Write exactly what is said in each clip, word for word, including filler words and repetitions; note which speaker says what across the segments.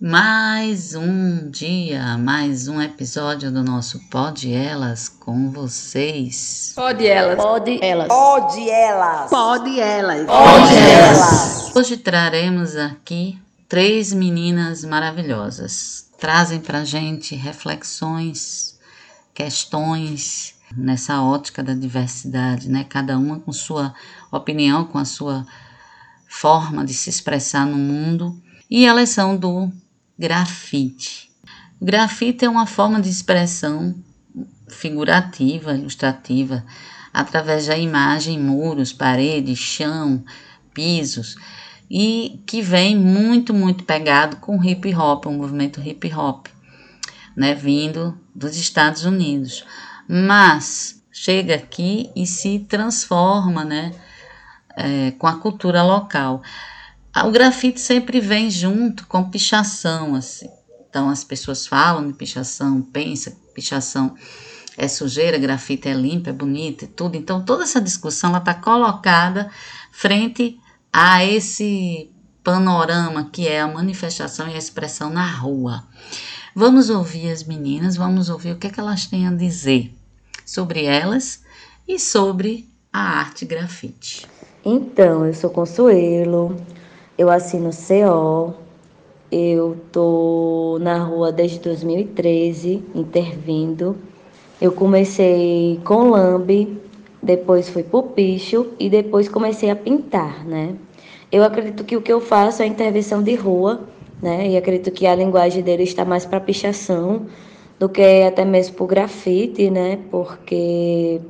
Speaker 1: Mais um dia, mais um episódio do nosso Pode Elas com vocês.
Speaker 2: Pode elas.
Speaker 3: Pode elas.
Speaker 4: Pode elas.
Speaker 3: Pode elas.
Speaker 4: Pode elas.
Speaker 1: Hoje traremos aqui três meninas maravilhosas. Trazem pra gente reflexões, questões nessa ótica da diversidade, né? Cada uma com sua opinião, com a sua forma de se expressar no mundo. E elas são do grafite. O grafite é uma forma de expressão figurativa, ilustrativa, através da imagem, muros, paredes, chão, pisos, e que vem muito, muito pegado com o hip hop, o movimento hip hop, né, vindo dos Estados Unidos. Mas chega aqui e se transforma, né, é, com a cultura local. O grafite sempre vem junto com pichação, assim. Então as pessoas falam de pichação, pensam que pichação é sujeira, grafite é limpa, é bonita e tudo. Então toda essa discussão está colocada frente a esse panorama que é a manifestação e a expressão na rua. Vamos ouvir as meninas, vamos ouvir o que, é que elas têm a dizer sobre elas e sobre a arte grafite.
Speaker 5: Então, eu sou Consuelo. Eu assino C O, eu tô na rua desde dois mil e treze, intervindo. Eu comecei com lambe, depois fui pro picho e depois comecei a pintar, né? Eu acredito que o que eu faço é intervenção de rua, né? E acredito que a linguagem dele está mais para pichação do que até mesmo pro grafite, né? Porque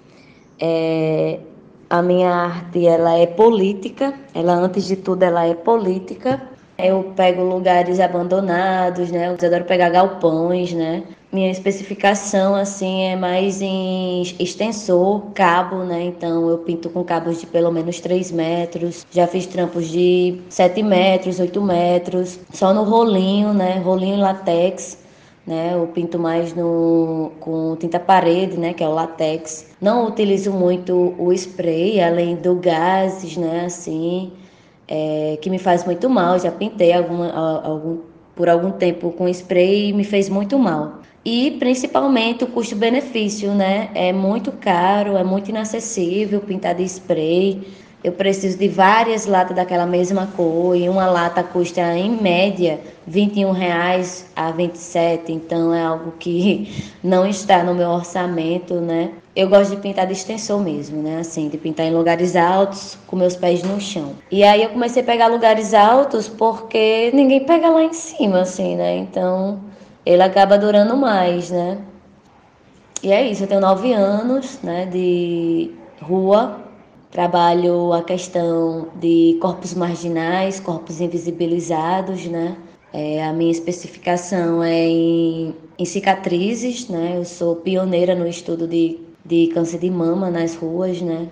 Speaker 5: é... a minha arte, ela é política, ela antes de tudo ela é política. Eu pego lugares abandonados, né? Eu adoro pegar galpões, né? Minha especificação, assim, é mais em extensor, cabo, né? Então eu pinto com cabos de pelo menos três metros. Já fiz trampos de sete metros, oito metros. Só no rolinho, né? Rolinho em latex. Né, eu pinto mais no, com tinta parede, né, que é o látex. Não utilizo muito o spray, além do gases, né, assim, é, que me faz muito mal. Já pintei alguma, algum, por algum tempo com spray e me fez muito mal. E principalmente o custo-benefício, né, é muito caro, é muito inacessível pintar de spray. Eu preciso de várias latas daquela mesma cor e uma lata custa, em média, vinte e um reais a vinte e sete, então é algo que não está no meu orçamento, né? Eu gosto de pintar de extensor mesmo, né? Assim, de pintar em lugares altos, com meus pés no chão. E aí eu comecei a pegar lugares altos porque ninguém pega lá em cima, assim, né? Então, ele acaba durando mais, né? E é isso, eu tenho nove anos, né, de rua. Trabalho a questão de corpos marginais, corpos invisibilizados, né? É, a minha especificação é em, em cicatrizes, né? Eu sou pioneira no estudo de, de câncer de mama nas ruas, né?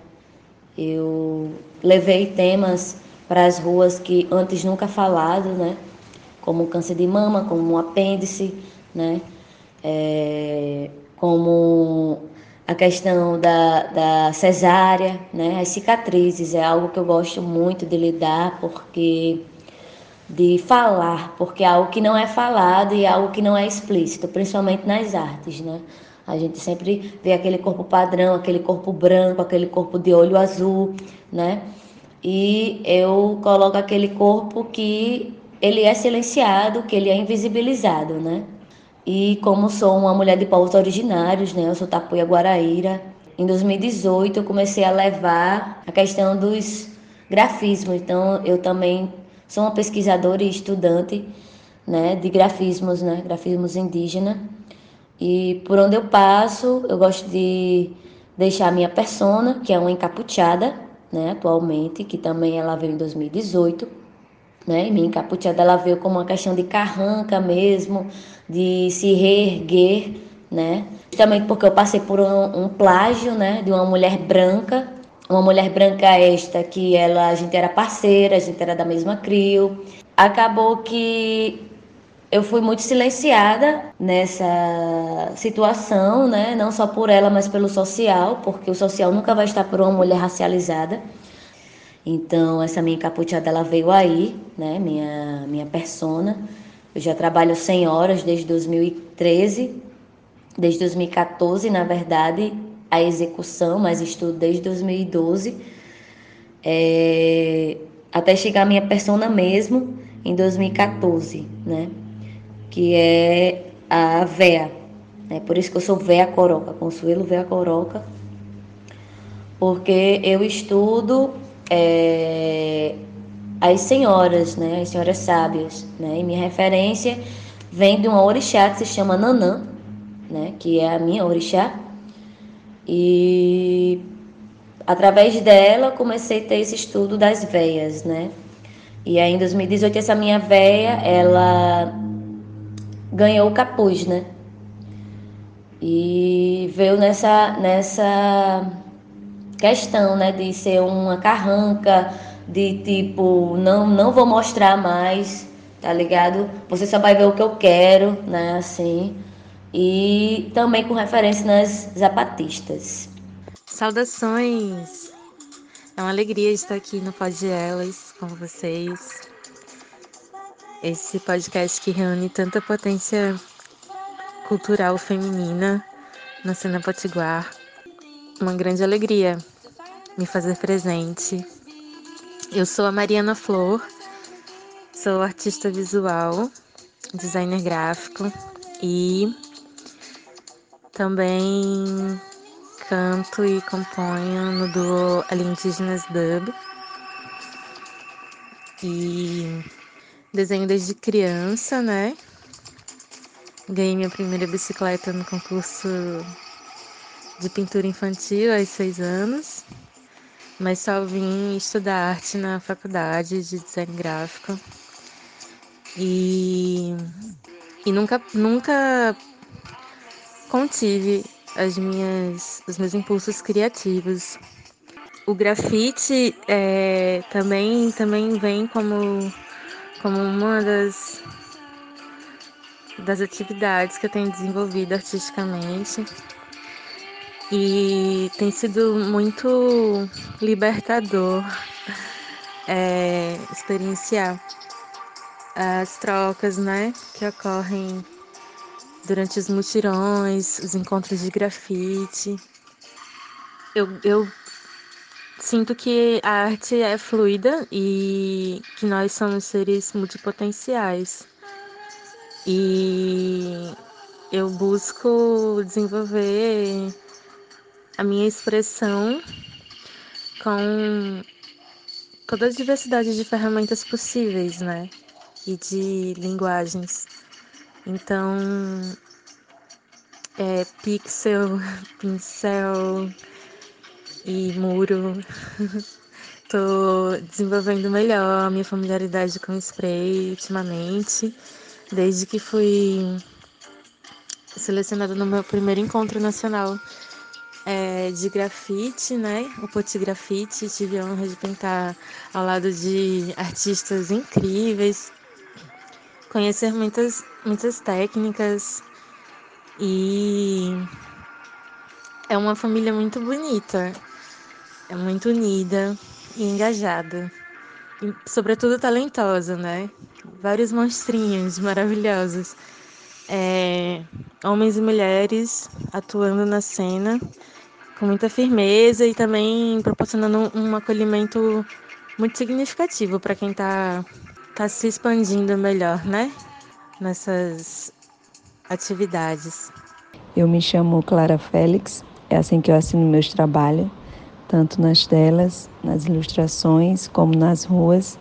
Speaker 5: Eu levei temas para as ruas que antes nunca falado, né? Como câncer de mama, como um apêndice, né? É, como a questão da, da cesárea, né? As cicatrizes é algo que eu gosto muito de lidar, porque de falar, porque é algo que não é falado e é algo que não é explícito, principalmente nas artes, né? A gente sempre vê aquele corpo padrão, aquele corpo branco, aquele corpo de olho azul, né? E eu coloco aquele corpo que ele é silenciado, que ele é invisibilizado, né? E como sou uma mulher de povos originários, né, eu sou Tapuia Guaraíra, em dois mil e dezoito eu comecei a levar a questão dos grafismos. Então eu também sou uma pesquisadora e estudante, né, de grafismos, né, grafismos indígenas. E por onde eu passo, eu gosto de deixar a minha persona, que é uma encapuchada, né, atualmente, que também ela veio em dois mil e dezoito. Né? E minha encapuchada ela veio como uma questão de carranca mesmo, de se reerguer, né? Justamente porque eu passei por um, um plágio, né, de uma mulher branca, uma mulher branca esta que ela, a gente era parceira, a gente era da mesma crio. Acabou que eu fui muito silenciada nessa situação, né? Não só por ela, mas pelo social, porque o social nunca vai estar por uma mulher racializada. Então, essa minha encapuchada, ela veio aí, né? Minha, minha persona. Eu já trabalho cem horas desde dois mil e treze, desde dois mil e quatorze, na verdade, a execução, mas estudo desde dois mil e doze, é, até chegar a minha persona mesmo em dois mil e quatorze, né? Que é a véa. É por isso que eu sou véa coroca, Consuelo Véa Coroca, porque eu estudo é, as senhoras, né, as senhoras sábias, né, e minha referência vem de uma orixá que se chama Nanã, né, que é a minha orixá, e através dela eu comecei a ter esse estudo das veias, né, e aí em dois mil e dezoito essa minha veia, ela ganhou o capuz, né, e veio nessa, nessa questão, né, de ser uma carranca, de tipo, não, não vou mostrar mais, tá ligado? Você só vai ver o que eu quero, né, assim. E também com referência nas zapatistas.
Speaker 2: Saudações! É uma alegria estar aqui no Pod Elas com vocês. Esse podcast que reúne tanta potência cultural feminina na cena potiguar. Uma grande alegria me fazer presente. Eu sou a Mariana Flor, sou artista visual, designer gráfico e também canto e componho no duo Alienígenas Dub. E desenho desde criança, né? Ganhei minha primeira bicicleta no concurso de pintura infantil aos seis anos, mas só vim estudar arte na faculdade de design gráfico. E, e nunca, nunca contive as minhas, os meus impulsos criativos. O grafite é, também, também vem como, como uma das, das atividades que eu tenho desenvolvido artisticamente. E tem sido muito libertador é, experienciar as trocas, né, que ocorrem durante os mutirões, os encontros de grafite. Eu, eu sinto que a arte é fluida e que nós somos seres multipotenciais. E eu busco desenvolver a minha expressão com toda a diversidade de ferramentas possíveis, né? E de linguagens. Então, é pixel, pincel e muro. Tô desenvolvendo melhor a minha familiaridade com spray ultimamente, desde que fui selecionada no meu primeiro encontro nacional é, de grafite, né? O Poti Grafite. Tive a honra de pintar ao lado de artistas incríveis, conhecer muitas, muitas técnicas e é uma família muito bonita, é muito unida e engajada e, sobretudo, talentosa, né? Vários monstrinhos maravilhosos, é, homens e mulheres atuando na cena com muita firmeza e também proporcionando um acolhimento muito significativo para quem está tá se expandindo melhor, né? Nessas atividades.
Speaker 3: Eu me chamo Clara Félix, é assim que eu assino meus trabalhos, tanto nas telas, nas ilustrações, como nas ruas.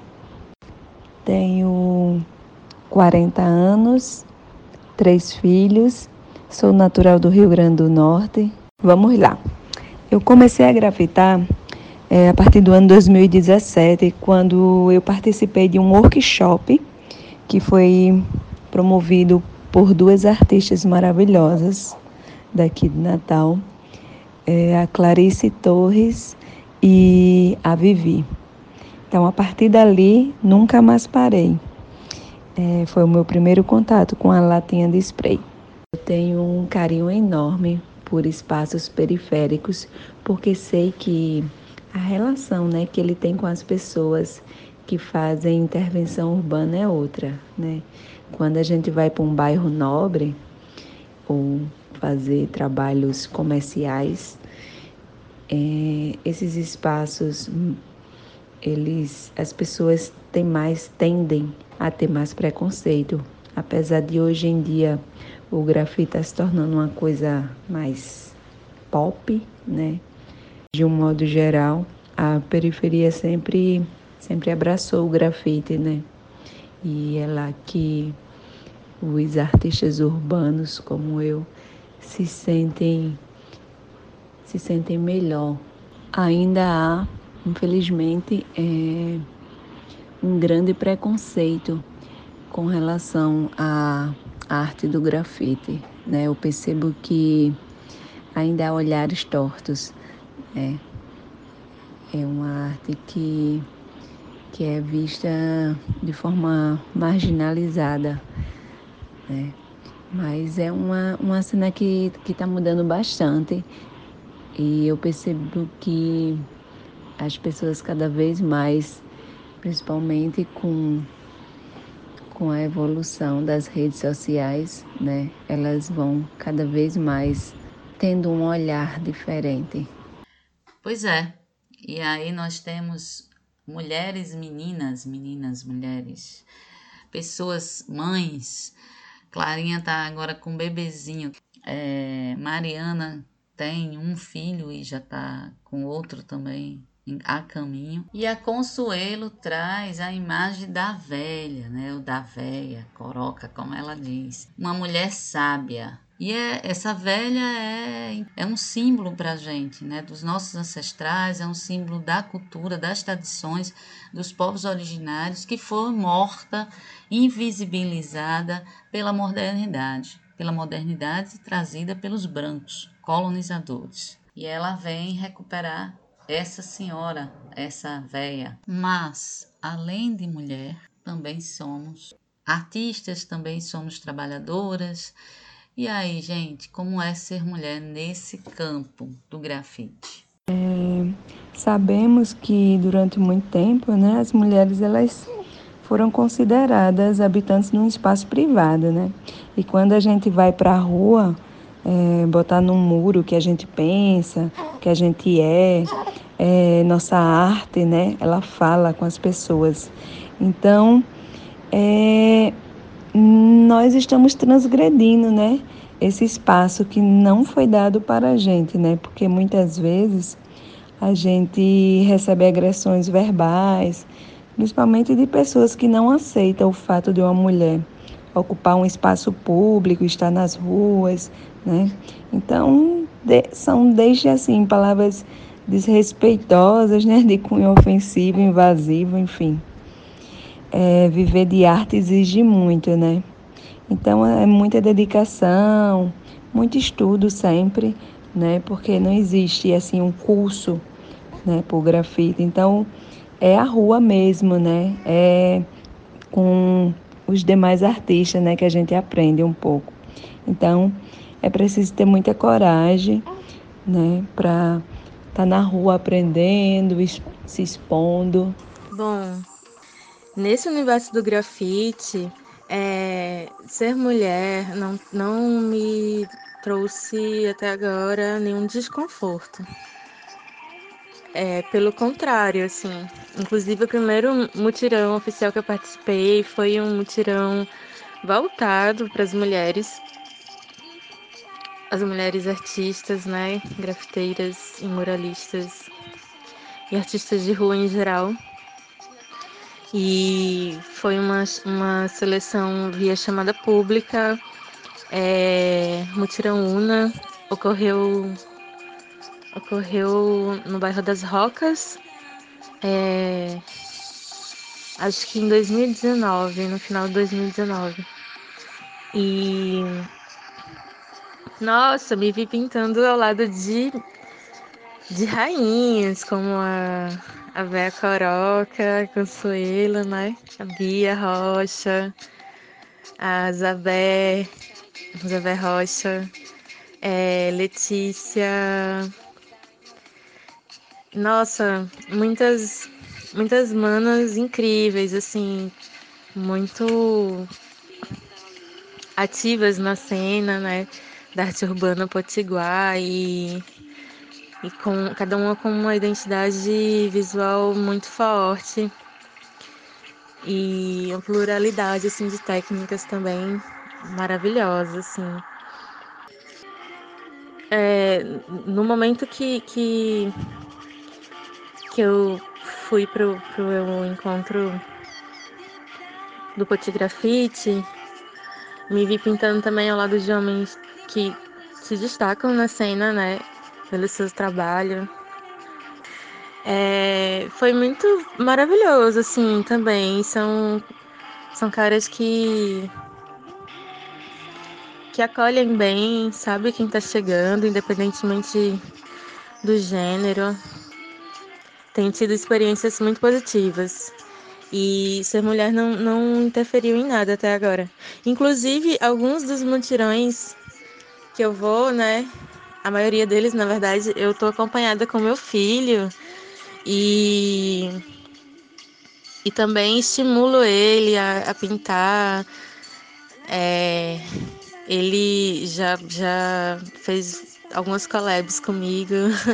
Speaker 3: Tenho quarenta anos, três filhos, sou natural do Rio Grande do Norte. Vamos lá. Eu comecei a grafitar é, a partir do ano dois mil e dezessete, quando eu participei de um workshop que foi promovido por duas artistas maravilhosas daqui de Natal, é, a Clarice Torres e a Vivi. Então, a partir dali, nunca mais parei. É, foi o meu primeiro contato com a latinha de spray. Eu tenho um carinho enorme por espaços periféricos, porque sei que a relação, né, que ele tem com as pessoas que fazem intervenção urbana é outra, né? Quando a gente vai para um bairro nobre ou fazer trabalhos comerciais, é, esses espaços, eles, as pessoas têm mais, tendem a ter mais preconceito. Apesar de hoje em dia o grafite estar se tornando uma coisa mais pop, né? De um modo geral, a periferia sempre, sempre abraçou o grafite, né? E é lá que os artistas urbanos como eu se sentem, se sentem melhor. Ainda há, infelizmente, é, um grande preconceito com relação à arte do grafite, né? Eu percebo que ainda há olhares tortos, né? É uma arte que, que é vista de forma marginalizada, né? Mas é uma, uma cena que que está mudando bastante e eu percebo que as pessoas cada vez mais, principalmente com, com a evolução das redes sociais, né? Elas vão cada vez mais tendo um olhar diferente.
Speaker 1: Pois é, e aí nós temos mulheres, meninas, meninas, mulheres, pessoas, mães. Clarinha tá agora com um bebezinho. É, Mariana tem um filho e já tá com outro também a caminho. E a Consuelo traz a imagem da velha, né? O da velha, coroca, como ela diz. Uma mulher sábia. E é, essa velha é, é um símbolo para a gente, né? Dos nossos ancestrais, é um símbolo da cultura, das tradições dos povos originários que foi morta, invisibilizada pela modernidade, pela modernidade trazida pelos brancos, colonizadores. E ela vem recuperar essa senhora, essa véia. Mas, além de mulher, também somos artistas, também somos trabalhadoras. E aí, gente, como é ser mulher nesse campo do grafite?
Speaker 3: É, sabemos que durante muito tempo, né, as mulheres elas foram consideradas habitantes de um espaço privado, né? E quando a gente vai para a rua, é, botar num muro o que a gente pensa, o que a gente é, é, nossa arte, né? Ela fala com as pessoas. Então, é, nós estamos transgredindo, né? Esse espaço que não foi dado para a gente, né? Porque muitas vezes a gente recebe agressões verbais, principalmente de pessoas que não aceitam o fato de uma mulher ocupar um espaço público, estar nas ruas, né? Então, de, são desde assim palavras desrespeitosas, né? De cunho ofensivo, invasivo, enfim. É, viver de arte exige muito, né? Então é muita dedicação, muito estudo sempre, né? Porque não existe assim um curso, né, por grafite. Então é a rua mesmo, né? É com os demais artistas, né, que a gente aprende um pouco. Então é preciso ter muita coragem, né, para estar tá na rua aprendendo, se expondo.
Speaker 2: Bom, nesse universo do grafite, é, ser mulher não, não me trouxe até agora nenhum desconforto. É, pelo contrário, assim. Inclusive, o primeiro mutirão oficial que eu participei foi um mutirão voltado para as mulheres, as mulheres artistas, né? Grafiteiras e muralistas e artistas de rua em geral. E foi uma, uma seleção via chamada pública, é, Mutirão Una, ocorreu, ocorreu no bairro das Rocas, é, acho que em dois mil e dezenove, no final de dois mil e dezenove. E, nossa, me vi pintando ao lado de, de rainhas, como a, a Véia Coroca, a Consuelo, né? A Bia Rocha, a Zabé, Zabé Rocha, é, Letícia. Nossa, muitas, muitas manas incríveis, assim, muito ativas na cena, né, da arte urbana potiguar e, e com cada uma com uma identidade visual muito forte e uma pluralidade assim de técnicas também maravilhosa, assim. É, no momento que, que, que eu fui pro, pro encontro do Potigrafite, me vi pintando também ao lado de homens que se destacam na cena, né, pelo seu trabalho. É, foi muito maravilhoso, assim, também. São, são caras que, que acolhem bem, sabe quem tá chegando, independentemente do gênero. Tenho tido experiências muito positivas. E ser mulher não, não interferiu em nada até agora. Inclusive, alguns dos mutirões que eu vou, né? A maioria deles, na verdade, eu tô acompanhada com meu filho. E, e também estimulo ele a, a pintar. É, ele já, já fez algumas collabs comigo.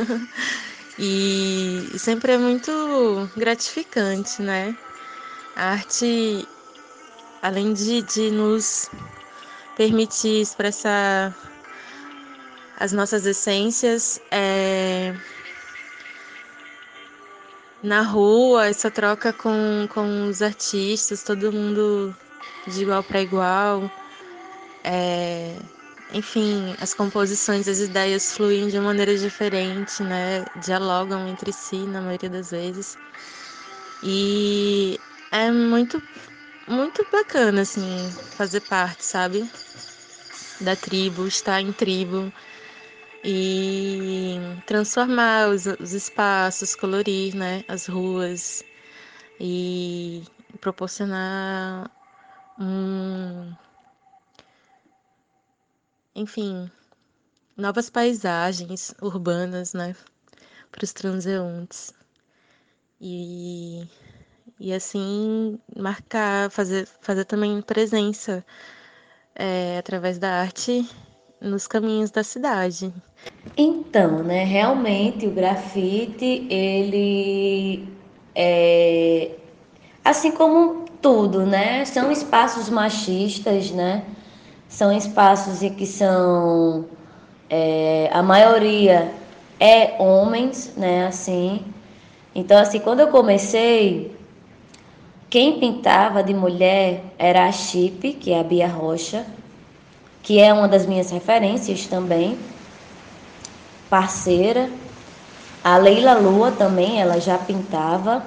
Speaker 2: E sempre é muito gratificante, né? A arte, além de, de nos permitir expressar as nossas essências, é, na rua, essa troca com, com os artistas, todo mundo de igual para igual. É, enfim, as composições, as ideias fluem de uma maneira diferente, né? Dialogam entre si na maioria das vezes. E é muito, muito bacana, assim, fazer parte, sabe? Da tribo, estar em tribo e transformar os, os espaços, colorir, né? As ruas e proporcionar um, enfim, novas paisagens urbanas, né? Para os transeuntes. E, e assim marcar, fazer, fazer também presença é, através da arte nos caminhos da cidade.
Speaker 5: Então, né, realmente o grafite, ele é assim como tudo, né? São espaços machistas, né? São espaços em que são é, a maioria é homens, né? Assim. Então, assim, quando eu comecei, quem pintava de mulher era a Chip, que é a Bia Rocha, que é uma das minhas referências também, parceira. A Leila Lua também, ela já pintava.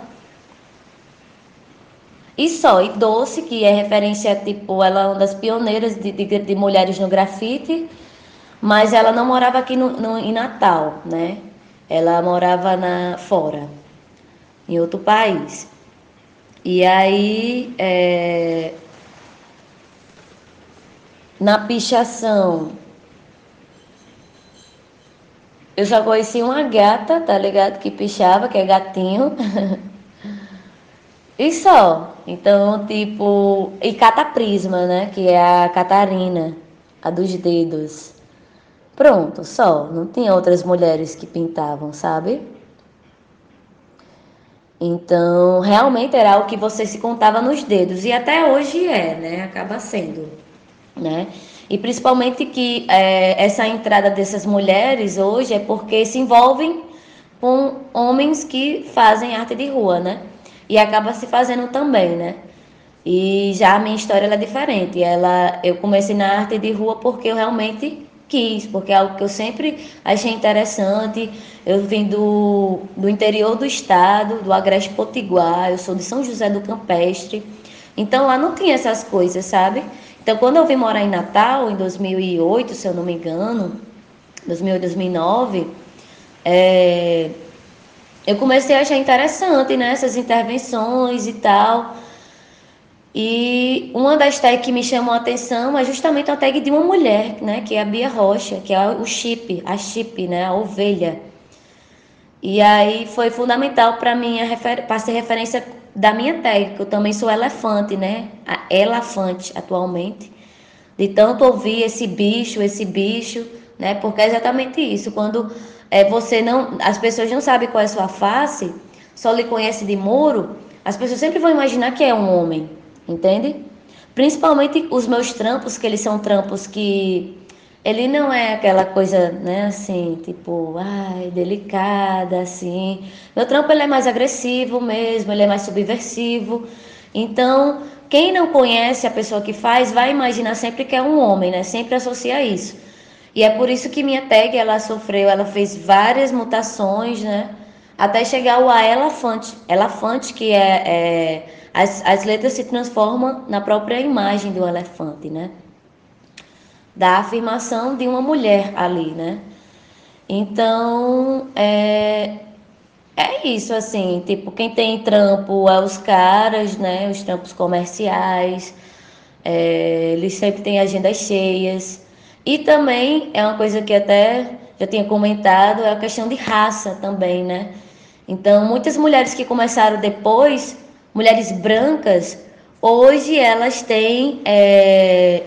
Speaker 5: E só, e Doce, que é referência, tipo, ela é uma das pioneiras de, de, de mulheres no grafite, mas ela não morava aqui no, no, em Natal, né? Ela morava na, fora, em outro país. E aí, é, na pichação, eu só conheci uma gata, tá ligado? Que pichava, que é gatinho. E só. Então, tipo. E Cataprisma, né? Que é a Catarina, a dos dedos. Pronto, só. Não tinha outras mulheres que pintavam, sabe? Então, realmente era o que você se contava nos dedos. E até hoje é, né? Acaba sendo, né? E principalmente que é, essa entrada dessas mulheres hoje é porque se envolvem com homens que fazem arte de rua, né? E acaba se fazendo também, né? E já a minha história ela é diferente. Ela, eu comecei na arte de rua porque eu realmente quis, porque é algo que eu sempre achei interessante. Eu vim do, do interior do estado, do Agreste Potiguar, eu sou de São José do Campestre. Então lá não tinha essas coisas, sabe? Então quando eu vim morar em Natal, em dois mil e oito, se eu não me engano, dois mil e oito, dois mil e nove, é, eu comecei a achar interessante, né, essas intervenções e tal. E uma das tags que me chamou a atenção é justamente a tag de uma mulher, né, que é a Bia Rocha, que é o chip, a chip, né, a ovelha. E aí foi fundamental para mim, para ser referência da minha tag, que eu também sou elefante, né, a elefante atualmente. de tanto ouvir esse bicho, esse bicho, né? Porque é exatamente isso. Quando é, você não, as pessoas não sabem qual é a sua face, só lhe conhece de muro, as pessoas sempre vão imaginar que é um homem, entende? Principalmente os meus trampos, que eles são trampos que ele não é aquela coisa, né, assim, tipo, ai, delicada, assim. Meu trampo ele é mais agressivo mesmo, ele é mais subversivo. Então, quem não conhece a pessoa que faz, vai imaginar sempre que é um homem, né? Sempre associa isso. E é por isso que minha tag, ela sofreu, ela fez várias mutações, né? Até chegar o A elefante. Elefante, que é, é as, as letras se transformam na própria imagem do elefante, né? Da afirmação de uma mulher ali, né? Então, é, é isso, assim, tipo, quem tem trampo é os caras, né? Os trampos comerciais, é, eles sempre têm agendas cheias. E também é uma coisa que até já tinha comentado, é a questão de raça também, né? Então, muitas mulheres que começaram depois, mulheres brancas, hoje elas têm é,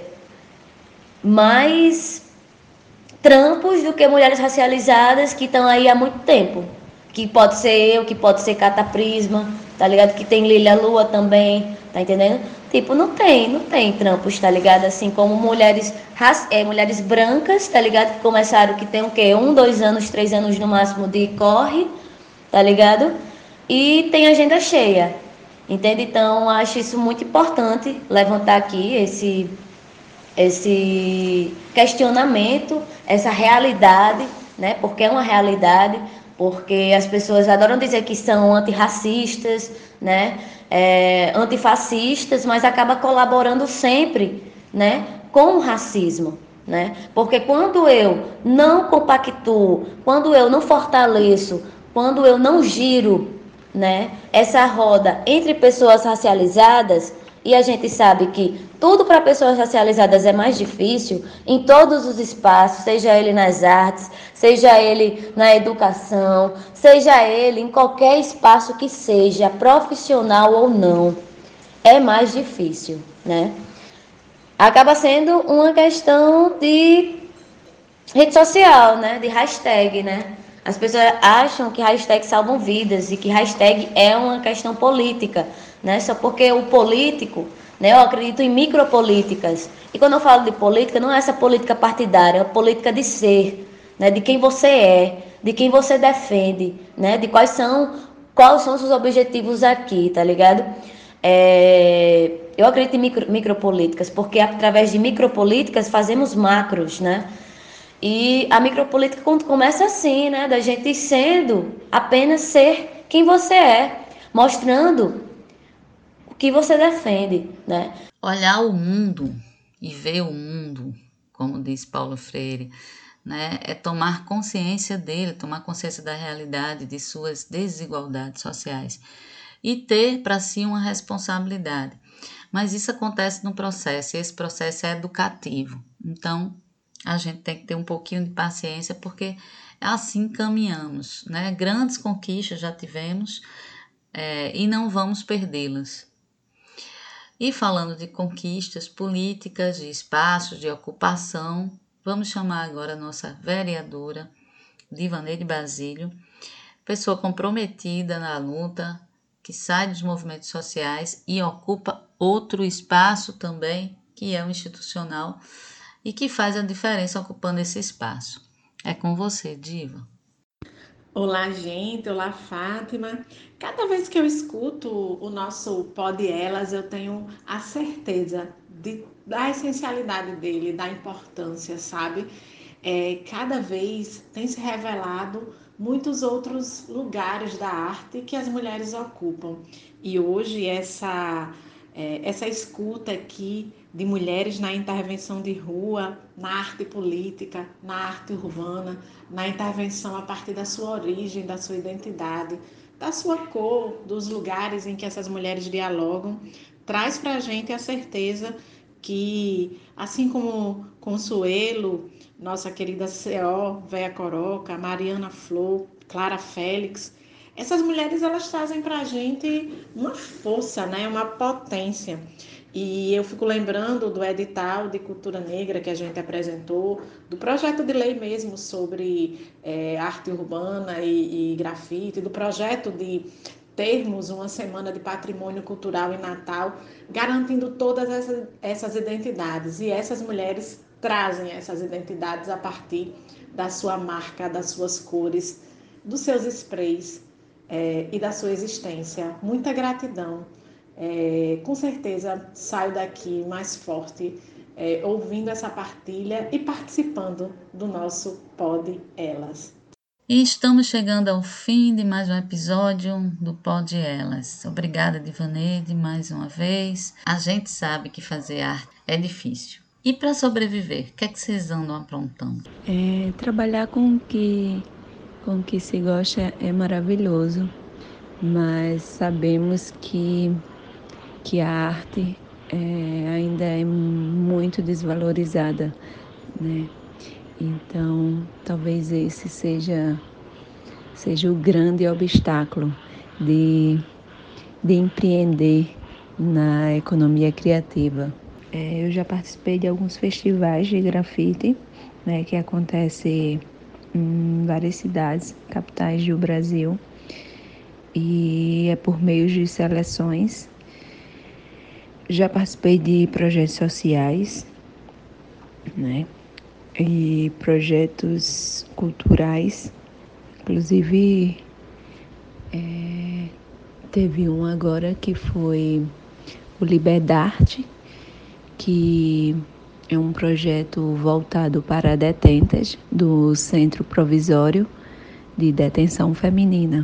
Speaker 5: mais trampos do que mulheres racializadas que estão aí há muito tempo. Que pode ser eu, que pode ser Cataprisma, tá ligado? Que tem Lilia Lua também, tá entendendo? Tipo, não tem, não tem trampos, tá ligado? Assim como mulheres, é, mulheres brancas, tá ligado? Que começaram, que tem o quê? Um, dois anos, três anos no máximo de corre, tá ligado? E tem agenda cheia, entende? Então, acho isso muito importante levantar aqui esse esse questionamento, essa realidade, né? Porque é uma realidade, porque as pessoas adoram dizer que são antirracistas, né? É, antifascistas, mas acaba colaborando sempre, né? Com o racismo, né? Porque quando eu não compactuo, quando eu não fortaleço, quando eu não giro, né? Essa roda entre pessoas racializadas, e a gente sabe que tudo para pessoas racializadas é mais difícil em todos os espaços, seja ele nas artes, seja ele na educação, seja ele em qualquer espaço que seja, profissional ou não, é mais difícil, né? Acaba sendo uma questão de rede social, né? De hashtag, né? As pessoas acham que hashtag salvam vidas e que hashtag é uma questão política, né? Só porque o político, né? Eu acredito em micropolíticas. E quando eu falo de política, não é essa política partidária, é a política de ser, né? De quem você é, de quem você defende, né? De quais são, quais são os seus objetivos aqui, tá ligado? É, eu acredito em micro, micropolíticas, porque através de micropolíticas fazemos macros, né? E a micropolítica começa assim, né? Da gente sendo apenas ser quem você é, mostrando o que você defende, né?
Speaker 1: Olhar o mundo e ver o mundo, como diz Paulo Freire, né? É tomar consciência dele, tomar consciência da realidade, de suas desigualdades sociais e ter para si uma responsabilidade. Mas isso acontece no processo, e esse processo é educativo. Então, a gente tem que ter um pouquinho de paciência, porque assim caminhamos, né? Grandes conquistas já tivemos é, e não vamos perdê-las. E falando de conquistas políticas, de espaços, de ocupação, vamos chamar agora a nossa vereadora, Divaneide Basílio, pessoa comprometida na luta, que sai dos movimentos sociais e ocupa outro espaço também, que é o institucional, e que faz a diferença ocupando esse espaço. É com você, Diva.
Speaker 6: Olá, gente. Olá, Fátima. Cada vez que eu escuto o nosso Pod Elas, eu tenho a certeza de, da essencialidade dele, da importância, sabe? É, cada vez tem se revelado muitos outros lugares da arte que as mulheres ocupam. E hoje essa, é, essa escuta aqui de mulheres na intervenção de rua, na arte política, na arte urbana, na intervenção a partir da sua origem, da sua identidade, da sua cor, dos lugares em que essas mulheres dialogam, traz para a gente a certeza que, assim como Consuelo, nossa querida C O, Véia Coroca, Mariana Flor, Clara Félix, essas mulheres elas trazem para a gente uma força, né? Uma potência. E eu fico lembrando do edital de cultura negra que a gente apresentou, do projeto de lei mesmo sobre é, arte urbana e, e grafite, do projeto de termos uma semana de patrimônio cultural em Natal, garantindo todas essas, essas identidades. E essas mulheres trazem essas identidades a partir da sua marca, das suas cores, dos seus sprays é, e da sua existência. Muita gratidão. É, com certeza saio daqui mais forte, é, ouvindo essa partilha e participando do nosso Pod Elas.
Speaker 1: E estamos chegando ao fim de mais um episódio do Pod Elas. Obrigada, Divaneide, mais uma vez. A gente sabe que fazer arte é difícil. E para sobreviver, o que é que vocês andam aprontando?
Speaker 3: É, trabalhar com o que, com o que se gosta é maravilhoso, mas sabemos que, que a arte é, ainda é muito desvalorizada, né? Então, talvez esse seja, seja o grande obstáculo de, de empreender na economia criativa. É, eu já participei de alguns festivais de grafite, né, que acontece em várias cidades, capitais do Brasil, e é por meio de seleções. Já participei de projetos sociais, né, e projetos culturais, inclusive é, teve um agora que foi o Liberdarte, que é um projeto voltado para detentas do Centro Provisório de Detenção Feminina.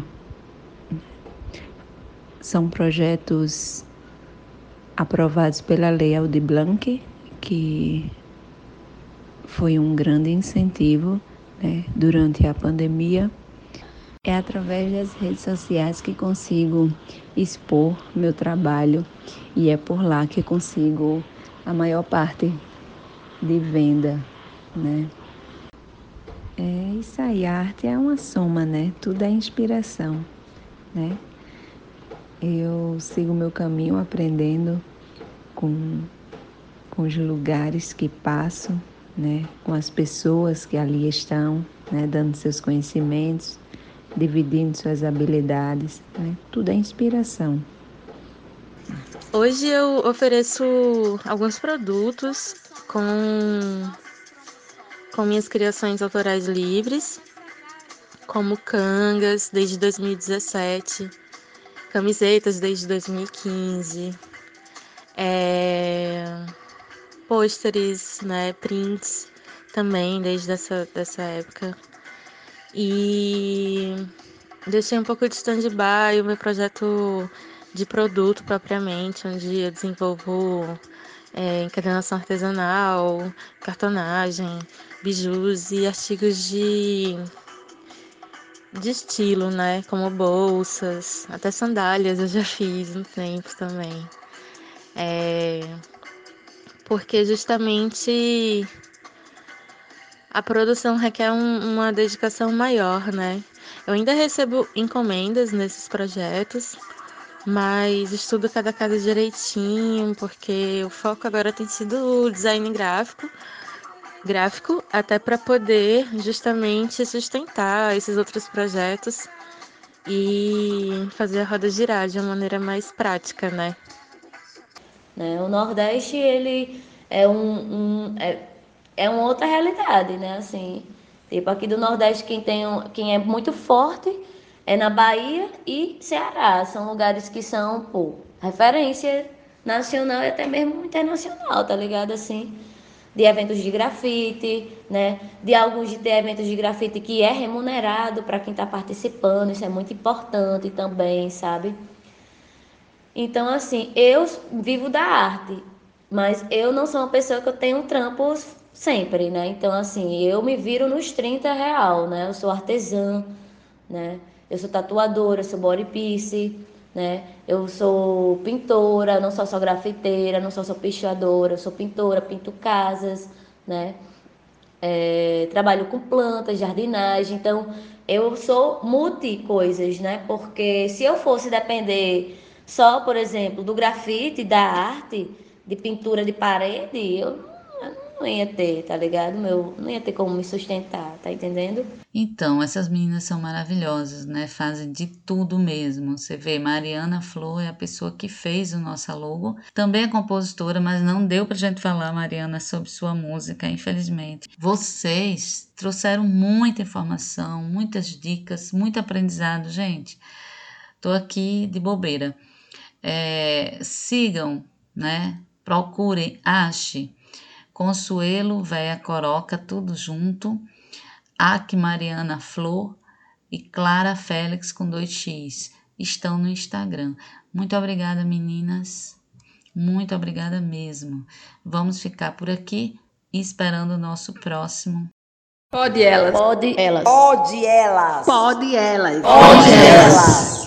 Speaker 3: São projetos aprovados pela Lei Aldir Blanc, que foi um grande incentivo, né, durante a pandemia. É através das redes sociais que consigo expor meu trabalho e é por lá que consigo a maior parte de venda, né? É isso aí, a arte é uma soma, né? Tudo é inspiração, né? Eu sigo meu caminho aprendendo com, com os lugares que passo, né? Com as pessoas que ali estão, né? Dando seus conhecimentos, dividindo suas habilidades, né? Tudo é inspiração.
Speaker 2: Hoje eu ofereço alguns produtos com, com minhas criações autorais livres, como cangas desde dois mil e dezessete, camisetas desde dois mil e quinze, é, pôsteres, né, prints também desde essa dessa época. E deixei um pouco de stand-by o meu projeto de produto propriamente, onde eu desenvolvo é, encadernação artesanal, cartonagem, bijus e artigos de, de estilo, né? Como bolsas, até sandálias eu já fiz um tempo também. É, porque justamente a produção requer um, uma dedicação maior, né? Eu ainda recebo encomendas nesses projetos, mas estudo cada caso direitinho, porque o foco agora tem sido o design gráfico, gráfico até para poder justamente sustentar esses outros projetos e fazer a roda girar de uma maneira mais prática, né?
Speaker 5: Né? O Nordeste, ele é um, um é, é uma outra realidade, né? Assim, tipo, aqui do Nordeste, quem tem um, quem é muito forte é na Bahia e Ceará. São lugares que são, pô, referência nacional e até mesmo internacional, tá ligado? Assim, de eventos de grafite, né? De alguns de eventos de grafite que é remunerado para quem está participando. Isso é muito importante também, sabe? Então, assim, eu vivo da arte, mas eu não sou uma pessoa que eu tenho trampos sempre, né? Então, assim, eu me viro nos trinta real, né? Eu sou artesã, né? Eu sou tatuadora, eu sou body piece, né? Eu sou pintora, não sou só grafiteira, não sou só pichadora, eu sou pintora, pinto casas, né? É, trabalho com plantas, jardinagem, então eu sou multi coisas, né? Porque se eu fosse depender só, por exemplo, do grafite, da arte, de pintura de parede, eu não ia ter, tá ligado? Meu, não ia ter como me sustentar, tá entendendo?
Speaker 1: Então, essas meninas são maravilhosas, né? Fazem de tudo mesmo. Você vê, Mariana Flor é a pessoa que fez o nosso logo. Também é compositora, mas não deu pra gente falar, Mariana, sobre sua música, infelizmente. Vocês trouxeram muita informação, muitas dicas, muito aprendizado, gente. Tô aqui de bobeira. É, sigam, né? Procurem, ache Consuelo Véia Coroca, tudo junto. Ac Mariana Flor e Clara Félix com dois X. Estão no Instagram. Muito obrigada, meninas. Muito obrigada mesmo. Vamos ficar por aqui esperando o nosso próximo.
Speaker 4: Pode elas.
Speaker 5: Pode
Speaker 4: elas.
Speaker 5: Pode elas.
Speaker 6: Pode elas.
Speaker 4: Pode elas.